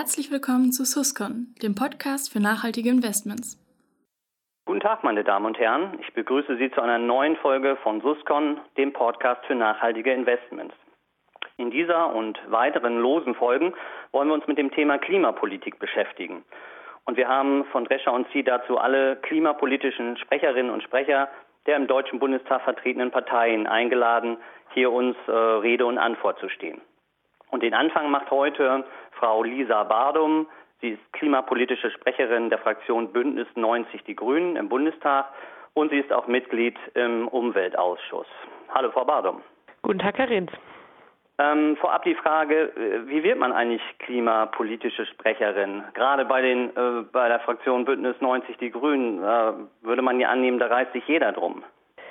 Herzlich willkommen zu Suscon, dem Podcast für nachhaltige Investments. Guten Tag, meine Damen und Herren. Ich begrüße Sie zu einer neuen Folge von Suscon, dem Podcast für nachhaltige Investments. In dieser und weiteren losen Folgen wollen wir uns mit dem Thema Klimapolitik beschäftigen. Und wir haben von Drescher und Sie dazu alle klimapolitischen Sprecherinnen und Sprecher der im Deutschen Bundestag vertretenen Parteien eingeladen, hier uns Rede und Antwort zu stehen. Und den Anfang macht heute Frau Lisa Bardum. Sie ist klimapolitische Sprecherin der Fraktion Bündnis 90 Die Grünen im Bundestag und sie ist auch Mitglied im Umweltausschuss. Hallo, Frau Bardum. Guten Tag, Herr Rehns. Vorab die Frage, wie wird man eigentlich klimapolitische Sprecherin? Gerade bei der Fraktion Bündnis 90 Die Grünen würde man ja annehmen, da reißt sich jeder drum.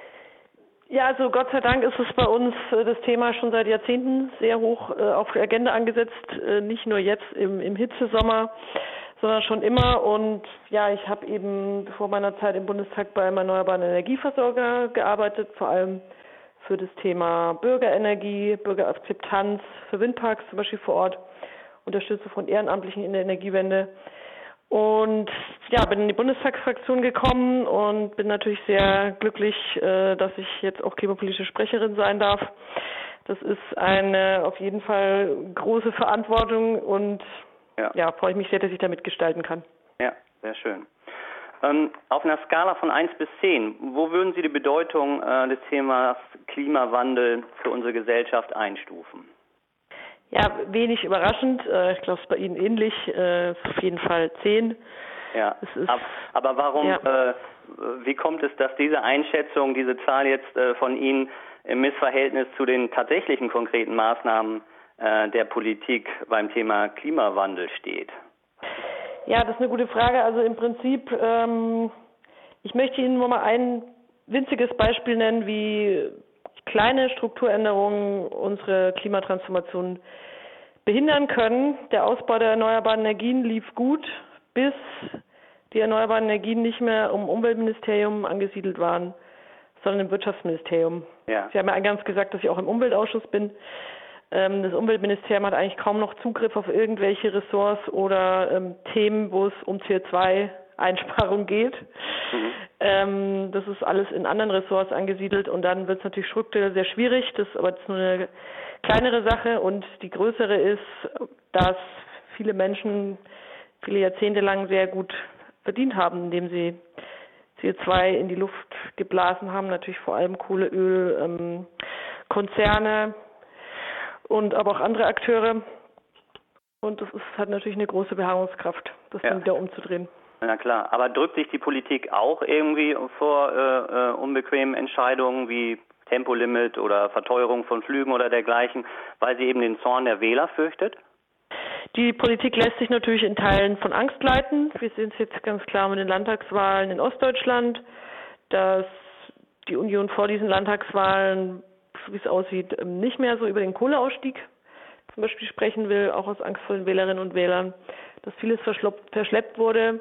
Ja, also Gott sei Dank ist es bei uns das Thema schon seit Jahrzehnten sehr hoch auf die Agenda angesetzt, nicht nur jetzt im Hitzesommer, sondern schon immer. Und ja, ich habe eben vor meiner Zeit im Bundestag bei einem erneuerbaren Energieversorger gearbeitet, vor allem für das Thema Bürgerenergie, Bürgerakzeptanz, für Windparks zum Beispiel vor Ort, Unterstützung von Ehrenamtlichen in der Energiewende. Und ja, bin in die Bundestagsfraktion gekommen und bin natürlich sehr glücklich, dass ich jetzt auch klimapolitische Sprecherin sein darf. Das ist eine auf jeden Fall große Verantwortung und ja, freue ich mich sehr, dass ich da mitgestalten kann. Ja, sehr schön. Auf einer Skala von 1 bis 10, wo würden Sie die Bedeutung des Themas Klimawandel für unsere Gesellschaft einstufen? Ja, wenig überraschend. Ich glaube, es ist bei Ihnen ähnlich. Es ist auf jeden Fall 10. Ja, aber warum, wie kommt es, dass diese Einschätzung, diese Zahl jetzt von Ihnen im Missverhältnis zu den tatsächlichen konkreten Maßnahmen der Politik beim Thema Klimawandel steht? Ja, das ist eine gute Frage. Also im Prinzip, ich möchte Ihnen nur mal ein winziges Beispiel nennen, wie kleine Strukturänderungen unsere Klimatransformation behindern können. Der Ausbau der erneuerbaren Energien lief gut, bis die erneuerbaren Energien nicht mehr im Umweltministerium angesiedelt waren, sondern im Wirtschaftsministerium. Ja. Sie haben ja eingangs gesagt, dass ich auch im Umweltausschuss bin. Das Umweltministerium hat eigentlich kaum noch Zugriff auf irgendwelche Ressorts oder Themen, wo es um CO2-Einsparung geht. Das ist alles in anderen Ressorts angesiedelt und dann wird es natürlich strukturell sehr schwierig. Das ist aber jetzt nur eine kleinere Sache und die größere ist, dass viele Menschen viele Jahrzehnte lang sehr gut verdient haben, indem sie CO2 in die Luft geblasen haben, natürlich vor allem Kohle, Öl, Konzerne und aber auch andere Akteure. Und das hat natürlich eine große Beharrungskraft, das dann wieder umzudrehen. Na klar, aber drückt sich die Politik auch irgendwie vor unbequemen Entscheidungen wie Tempolimit oder Verteuerung von Flügen oder dergleichen, weil sie eben den Zorn der Wähler fürchtet? Die Politik lässt sich natürlich in Teilen von Angst leiten. Wir sehen es jetzt ganz klar mit den Landtagswahlen in Ostdeutschland, dass die Union vor diesen Landtagswahlen, wie es aussieht, nicht mehr so über den Kohleausstieg zum Beispiel sprechen will, auch aus Angst vor den Wählerinnen und Wählern, dass vieles verschleppt wurde.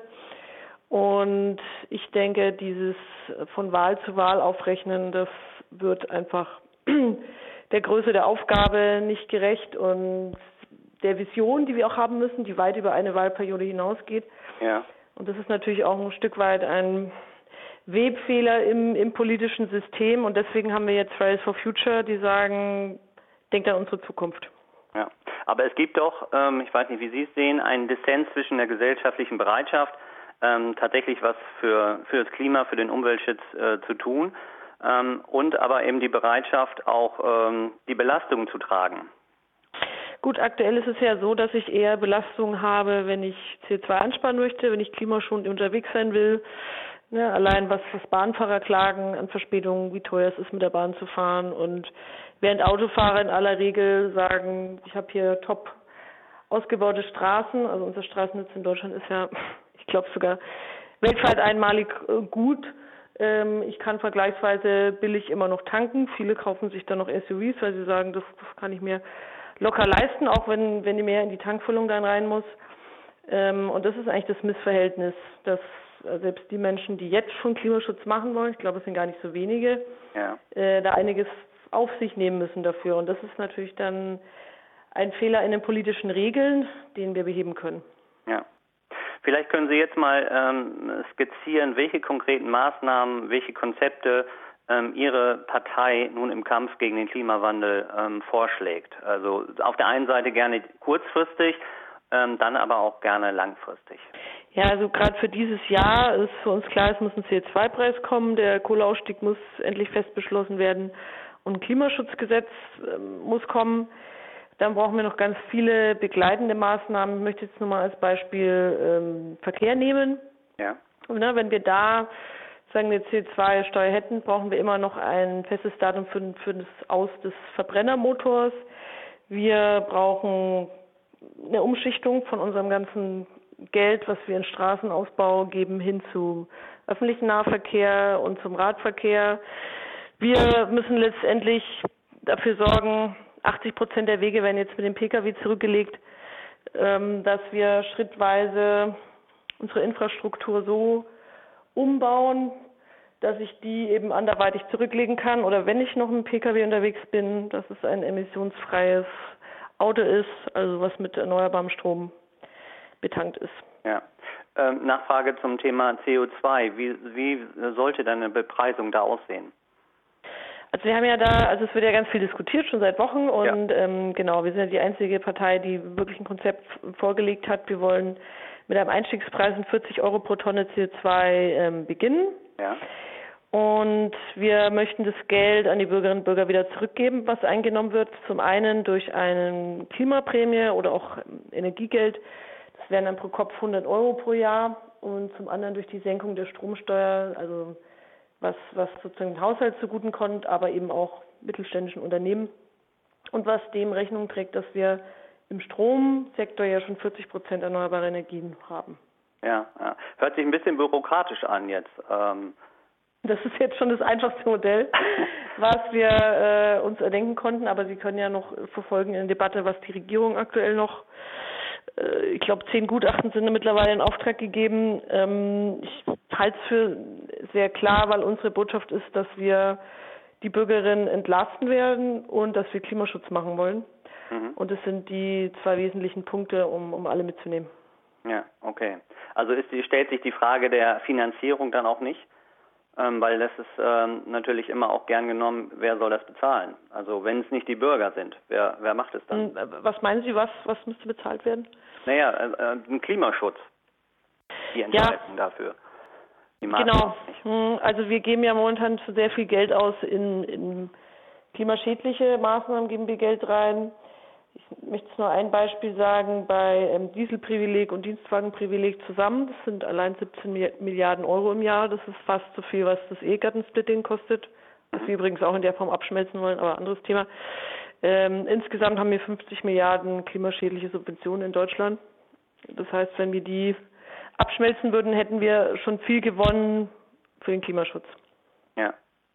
Und ich denke, dieses von Wahl zu Wahl aufrechnen, das wird einfach der Größe der Aufgabe nicht gerecht und der Vision, die wir auch haben müssen, die weit über eine Wahlperiode hinausgeht. Ja. Und das ist natürlich auch ein Stück weit ein Webfehler im politischen System. Und deswegen haben wir jetzt Fridays for Future, die sagen, denkt an unsere Zukunft. Ja, aber es gibt doch, ich weiß nicht, wie Sie es sehen, einen Dissens zwischen der gesellschaftlichen Bereitschaft, tatsächlich was für das Klima, für den Umweltschutz zu tun und aber eben die Bereitschaft, auch die Belastungen zu tragen. Gut, aktuell ist es ja so, dass ich eher Belastungen habe, wenn ich CO2 ansparen möchte, wenn ich klimaschonend unterwegs sein will. Ne, allein was Bahnfahrer klagen an Verspätungen, wie teuer es ist, mit der Bahn zu fahren. Und während Autofahrer in aller Regel sagen, ich habe hier top ausgebaute Straßen, also unser Straßennetz in Deutschland ist ja, ich glaube sogar weltweit einmalig gut. Ich kann vergleichsweise billig immer noch tanken. Viele kaufen sich dann noch SUVs, weil sie sagen, das kann ich mir locker leisten, auch wenn die mehr in die Tankfüllung dann rein muss. Und das ist eigentlich das Missverhältnis, dass selbst die Menschen, die jetzt schon Klimaschutz machen wollen, ich glaube, es sind gar nicht so wenige, da einiges auf sich nehmen müssen dafür. Und das ist natürlich dann ein Fehler in den politischen Regeln, den wir beheben können. Ja. Vielleicht können Sie jetzt mal skizzieren, welche konkreten Maßnahmen, welche Konzepte Ihre Partei nun im Kampf gegen den Klimawandel vorschlägt. Also auf der einen Seite gerne kurzfristig, dann aber auch gerne langfristig. Ja, also gerade für dieses Jahr ist für uns klar, es muss ein CO2-Preis kommen, der Kohleausstieg muss endlich fest beschlossen werden und ein Klimaschutzgesetz muss kommen. Dann brauchen wir noch ganz viele begleitende Maßnahmen. Ich möchte jetzt nur mal als Beispiel Verkehr nehmen. Ja. Und, wenn wir da sagen wir CO2-Steuer hätten, brauchen wir immer noch ein festes Datum für das Aus des Verbrennermotors. Wir brauchen eine Umschichtung von unserem ganzen Geld, was wir in Straßenausbau geben, hin zu öffentlichen Nahverkehr und zum Radverkehr. Wir müssen letztendlich dafür sorgen, 80% der Wege werden jetzt mit dem Pkw zurückgelegt, dass wir schrittweise unsere Infrastruktur so umbauen, dass ich die eben anderweitig zurücklegen kann oder wenn ich noch mit dem Pkw unterwegs bin, dass es ein emissionsfreies Auto ist, also was mit erneuerbarem Strom betankt ist. Ja. Nachfrage zum Thema CO2. Wie sollte dann eine Bepreisung da aussehen? Also wir haben ja also es wird ja ganz viel diskutiert, schon seit Wochen und genau, wir sind ja die einzige Partei, die wirklich ein Konzept vorgelegt hat. Wir wollen mit einem Einstiegspreis von 40 Euro pro Tonne CO2 beginnen. Ja. Und wir möchten das Geld an die Bürgerinnen und Bürger wieder zurückgeben, was eingenommen wird. Zum einen durch eine Klimaprämie oder auch Energiegeld. Das wären dann pro Kopf 100 Euro pro Jahr. Und zum anderen durch die Senkung der Stromsteuer, also was sozusagen dem Haushalt zuguten kommt, aber eben auch mittelständischen Unternehmen. Und was dem Rechnung trägt, dass wir im Stromsektor ja schon 40% erneuerbare Energien haben. Ja. Hört sich ein bisschen bürokratisch an jetzt. Das ist jetzt schon das einfachste Modell, was wir uns erdenken konnten, aber Sie können ja noch verfolgen in der Debatte, was die Regierung aktuell noch, ich glaube 10 Gutachten sind mittlerweile in Auftrag gegeben. Ich halte es für sehr klar, weil unsere Botschaft ist, dass wir die Bürgerinnen entlasten werden und dass wir Klimaschutz machen wollen. Mhm. Und das sind die 2 wesentlichen Punkte, um alle mitzunehmen. Ja, okay. Also stellt sich die Frage der Finanzierung dann auch nicht? Weil das ist natürlich immer auch gern genommen, wer soll das bezahlen? Also wenn es nicht die Bürger sind, wer macht es dann? Was meinen Sie, was müsste bezahlt werden? Naja, ein Klimaschutz, die Entscheidung dafür. Genau, also wir geben ja momentan sehr viel Geld aus in klimaschädliche Maßnahmen, geben wir Geld rein. Ich möchte jetzt nur ein Beispiel sagen, bei Dieselprivileg und Dienstwagenprivileg zusammen, das sind allein 17 Milliarden Euro im Jahr, das ist fast so viel, was das Ehegattensplitting kostet, was wir übrigens auch in der Form abschmelzen wollen, aber anderes Thema. Insgesamt haben wir 50 Milliarden klimaschädliche Subventionen in Deutschland. Das heißt, wenn wir die abschmelzen würden, hätten wir schon viel gewonnen für den Klimaschutz. Ja.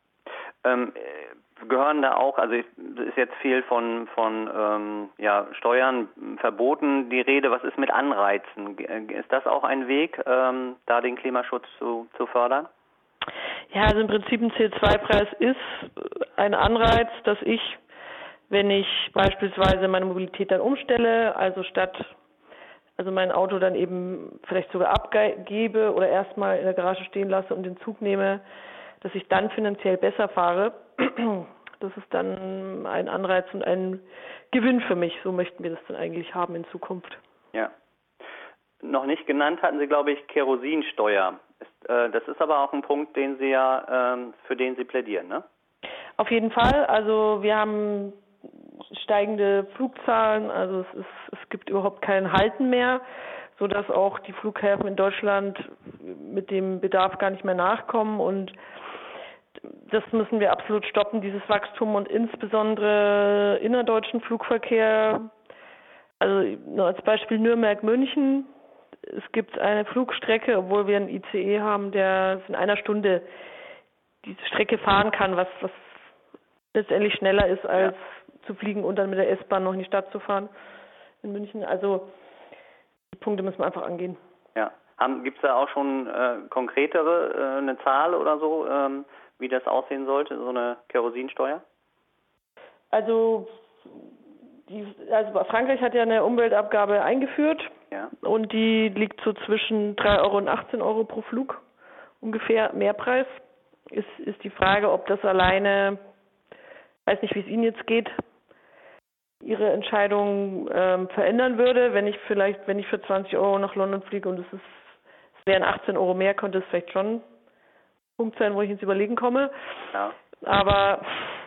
Gehören da auch, also ist jetzt viel von Steuern verboten die Rede, was ist mit Anreizen? Ist das auch ein Weg, da den Klimaschutz zu fördern? Ja, also im Prinzip ein CO2-Preis ist ein Anreiz, dass ich, wenn ich beispielsweise meine Mobilität dann umstelle, also mein Auto dann eben vielleicht sogar abgebe oder erstmal in der Garage stehen lasse und den Zug nehme, dass ich dann finanziell besser fahre. Das ist dann ein Anreiz und ein Gewinn für mich. So möchten wir das dann eigentlich haben in Zukunft. Ja. Noch nicht genannt hatten Sie, glaube ich, Kerosinsteuer. Das ist aber auch ein Punkt, für den Sie plädieren, ne? Auf jeden Fall. Also wir haben steigende Flugzahlen. Also es gibt überhaupt kein Halten mehr, sodass auch die Flughäfen in Deutschland mit dem Bedarf gar nicht mehr nachkommen und das müssen wir absolut stoppen, dieses Wachstum und insbesondere innerdeutschen Flugverkehr. Also nur als Beispiel Nürnberg-München. Es gibt eine Flugstrecke, obwohl wir einen ICE haben, der in einer Stunde diese Strecke fahren kann, was letztendlich schneller ist, als zu fliegen und dann mit der S-Bahn noch in die Stadt zu fahren in München. Also die Punkte müssen wir einfach angehen. Ja. Gibt es da auch schon konkretere, eine Zahl oder so, wie das aussehen sollte, so eine Kerosinsteuer? Also Also Frankreich hat ja eine Umweltabgabe eingeführt, Ja. und die liegt so zwischen 3 Euro und 18 Euro pro Flug ungefähr Mehrpreis. Ist die Frage, ob das alleine, weiß nicht, wie es Ihnen jetzt geht, Ihre Entscheidung verändern würde, wenn ich für 20 Euro nach London fliege und es wären 18 Euro mehr, könnte es vielleicht schon ein Punkt sein, wo ich ins Überlegen komme. Ja. Aber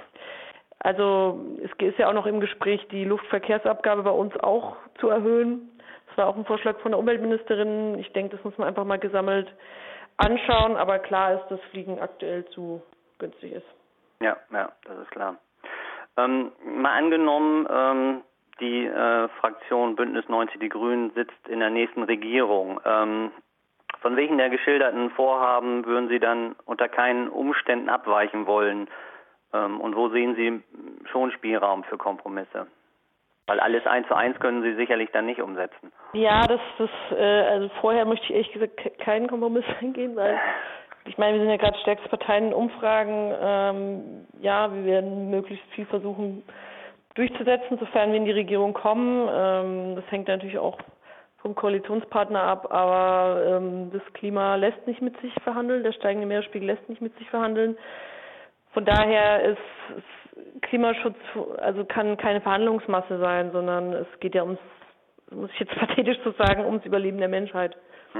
also es ist ja auch noch im Gespräch, die Luftverkehrsabgabe bei uns auch zu erhöhen. Das war auch ein Vorschlag von der Umweltministerin. Ich denke, das muss man einfach mal gesammelt anschauen. Aber klar ist, dass Fliegen aktuell zu günstig ist. Ja, das ist klar. Mal angenommen, die Fraktion Bündnis 90 Die Grünen sitzt in der nächsten Regierung. Von welchen der geschilderten Vorhaben würden Sie dann unter keinen Umständen abweichen wollen? Und wo sehen Sie schon Spielraum für Kompromisse? Weil alles 1:1 können Sie sicherlich dann nicht umsetzen. Ja, also vorher möchte ich ehrlich gesagt keinen Kompromiss eingehen, weil ich meine, wir sind ja gerade stärkste Parteien in Umfragen. Ja, wir werden möglichst viel versuchen durchzusetzen, sofern wir in die Regierung kommen. Das hängt natürlich auch vom Koalitionspartner ab, aber das Klima lässt nicht mit sich verhandeln, der steigende Meeresspiegel lässt nicht mit sich verhandeln. Von daher ist Klimaschutz, also kann keine Verhandlungsmasse sein, sondern es geht ja ums, muss ich jetzt pathetisch so sagen, ums Überleben der Menschheit.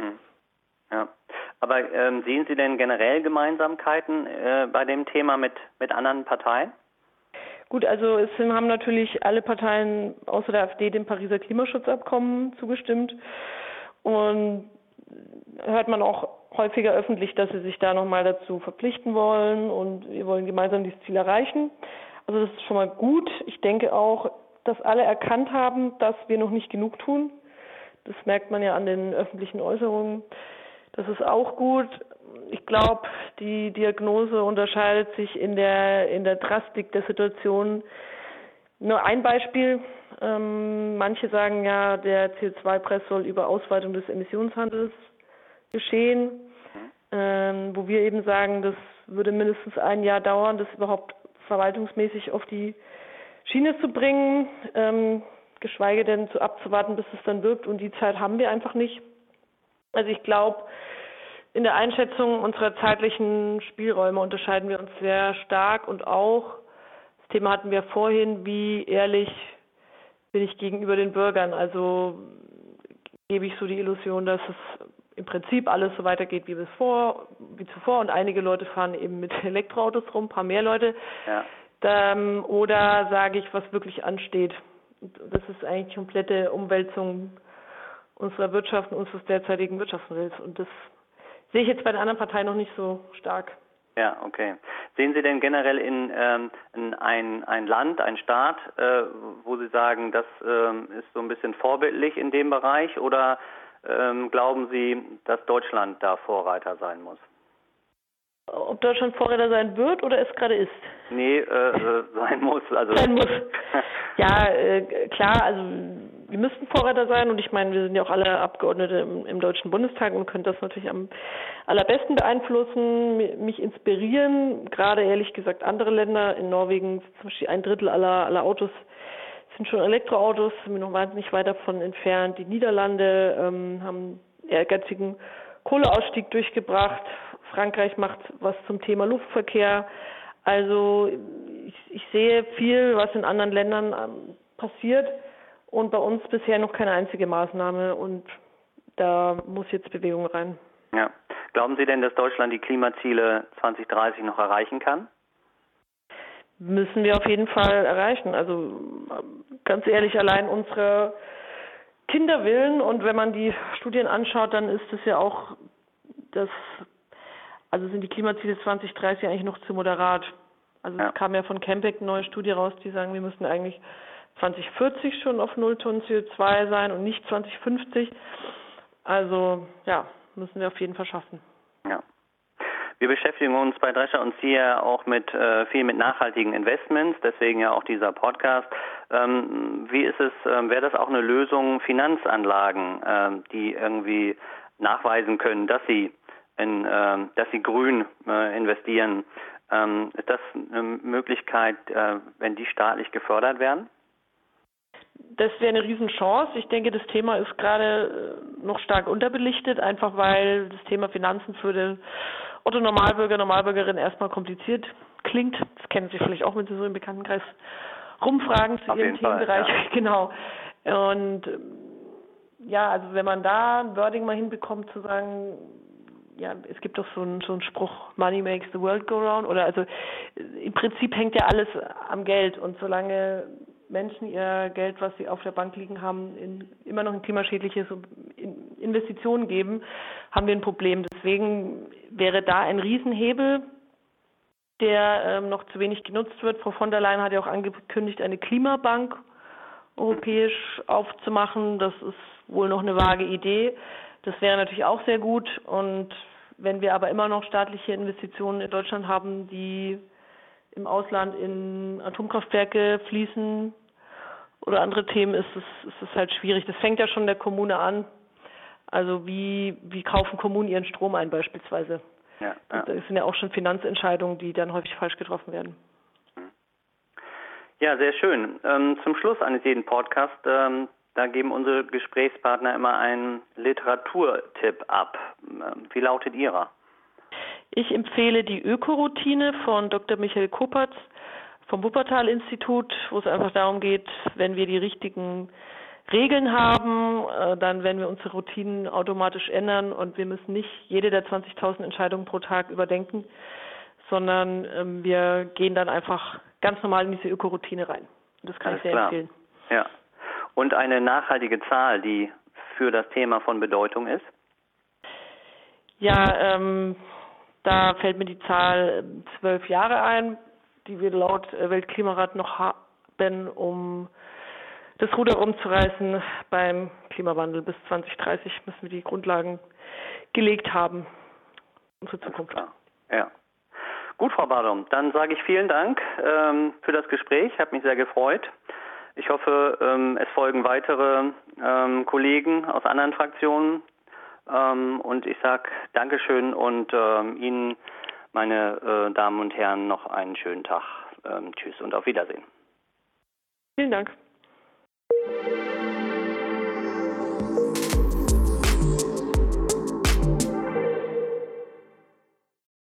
Ja, aber sehen Sie denn generell Gemeinsamkeiten bei dem Thema mit anderen Parteien? Gut, also haben natürlich alle Parteien außer der AfD dem Pariser Klimaschutzabkommen zugestimmt und hört man auch häufiger öffentlich, dass sie sich da nochmal dazu verpflichten wollen und wir wollen gemeinsam dieses Ziel erreichen. Also das ist schon mal gut. Ich denke auch, dass alle erkannt haben, dass wir noch nicht genug tun. Das merkt man ja an den öffentlichen Äußerungen. Das ist auch gut. Ich glaube, die Diagnose unterscheidet sich in der Drastik der Situation. Nur ein Beispiel. Manche sagen ja, der CO2-Preis soll über Ausweitung des Emissionshandels geschehen, wo wir eben sagen, das würde mindestens ein Jahr dauern, das überhaupt verwaltungsmäßig auf die Schiene zu bringen, geschweige denn abzuwarten, bis es dann wirkt, und die Zeit haben wir einfach nicht. Also ich glaube, in der Einschätzung unserer zeitlichen Spielräume unterscheiden wir uns sehr stark, und auch, das Thema hatten wir vorhin, wie ehrlich bin ich gegenüber den Bürgern. Also gebe ich so die Illusion, dass es im Prinzip alles so weitergeht wie zuvor, und einige Leute fahren eben mit Elektroautos rum, ein paar mehr Leute. Ja. Oder sage ich, was wirklich ansteht. Das ist eigentlich komplette Umwälzung unserer Wirtschaft und unseres derzeitigen Wirtschaftsmodells. Und das sehe ich jetzt bei den anderen Parteien noch nicht so stark. Ja, okay. Sehen Sie denn generell in ein Land, ein Staat, wo Sie sagen, das ist so ein bisschen vorbildlich in dem Bereich, oder glauben Sie, dass Deutschland da Vorreiter sein muss? Ob Deutschland Vorreiter sein wird oder es gerade ist? Nee, sein muss. Also sein muss. Ja, klar, also wir müssten Vorreiter sein, und ich meine, wir sind ja auch alle Abgeordnete im Deutschen Bundestag und können das natürlich am allerbesten beeinflussen, mich inspirieren, gerade ehrlich gesagt andere Länder. In Norwegen zum Beispiel 1/3 aller Autos sind schon Elektroautos, sind wir noch wahnsinnig weit davon entfernt. Die Niederlande haben ehrgeizigen Kohleausstieg durchgebracht. Frankreich macht was zum Thema Luftverkehr. Also ich sehe viel, was in anderen Ländern passiert, und bei uns bisher noch keine einzige Maßnahme, und da muss jetzt Bewegung rein. Ja. Glauben Sie denn, dass Deutschland die Klimaziele 2030 noch erreichen kann? Müssen wir auf jeden Fall erreichen. Also ganz ehrlich, allein unsere Kinder willen, und wenn man die Studien anschaut, dann ist es ja auch sind die Klimaziele 2030 eigentlich noch zu moderat. Also es kam ja von Campec eine neue Studie raus, die sagen, wir müssen eigentlich 2040 schon auf 0 Tonnen CO2 sein und nicht 2050. Also ja, müssen wir auf jeden Fall schaffen. Ja. Wir beschäftigen uns bei Drescher und Zier auch viel mit nachhaltigen Investments, deswegen ja auch dieser Podcast. Wie ist es, wäre das auch eine Lösung, Finanzanlagen, die irgendwie nachweisen können, dass sie grün investieren? Ist das eine Möglichkeit, wenn die staatlich gefördert werden? Das wäre eine Riesenchance. Ich denke, das Thema ist gerade noch stark unterbelichtet, einfach weil das Thema Finanzen für den Otto Normalbürger, Normalbürgerin erstmal kompliziert klingt. Das kennen Sie vielleicht auch, wenn Sie so im Bekanntenkreis rumfragen zu Ihrem Themenbereich. Fall, ja. Genau. Und ja, also wenn man da ein Wording mal hinbekommt, zu sagen, ja, es gibt doch so einen Spruch, Money makes the world go round, oder also im Prinzip hängt ja alles am Geld, und solange Menschen ihr Geld, was sie auf der Bank liegen haben, immer noch in klimaschädliche Investitionen geben, haben wir ein Problem. Deswegen wäre da ein Riesenhebel, der noch zu wenig genutzt wird. Frau von der Leyen hat ja auch angekündigt, eine Klimabank europäisch aufzumachen. Das ist wohl noch eine vage Idee. Das wäre natürlich auch sehr gut. Und wenn wir aber immer noch staatliche Investitionen in Deutschland haben, die im Ausland in Atomkraftwerke fließen oder andere Themen, ist es halt schwierig. Das fängt ja schon in der Kommune an. Also wie kaufen Kommunen ihren Strom ein beispielsweise? Ja. Das sind ja auch schon Finanzentscheidungen, die dann häufig falsch getroffen werden. Ja, sehr schön. Zum Schluss eines jeden Podcasts, da geben unsere Gesprächspartner immer einen Literaturtipp ab. Wie lautet Ihrer? Ich empfehle die Ökoroutine von Dr. Michael Kopatz vom Wuppertal-Institut, wo es einfach darum geht, wenn wir die richtigen Regeln haben, dann werden wir unsere Routinen automatisch ändern und wir müssen nicht jede der 20.000 Entscheidungen pro Tag überdenken, sondern wir gehen dann einfach ganz normal in diese Ökoroutine rein. Das kann ich sehr empfehlen. Ja. Und eine nachhaltige Zahl, die für das Thema von Bedeutung ist? Ja, da fällt mir die Zahl 12 Jahre ein, die wir laut Weltklimarat noch haben, um das Ruder rumzureißen beim Klimawandel. Bis 2030 müssen wir die Grundlagen gelegt haben, unsere Zukunft. Ja. Gut, Frau Badum, dann sage ich vielen Dank für das Gespräch. Hat mich sehr gefreut. Ich hoffe, es folgen weitere Kollegen aus anderen Fraktionen. Und ich sage Dankeschön und Ihnen, meine Damen und Herren, noch einen schönen Tag. Tschüss und auf Wiedersehen. Vielen Dank.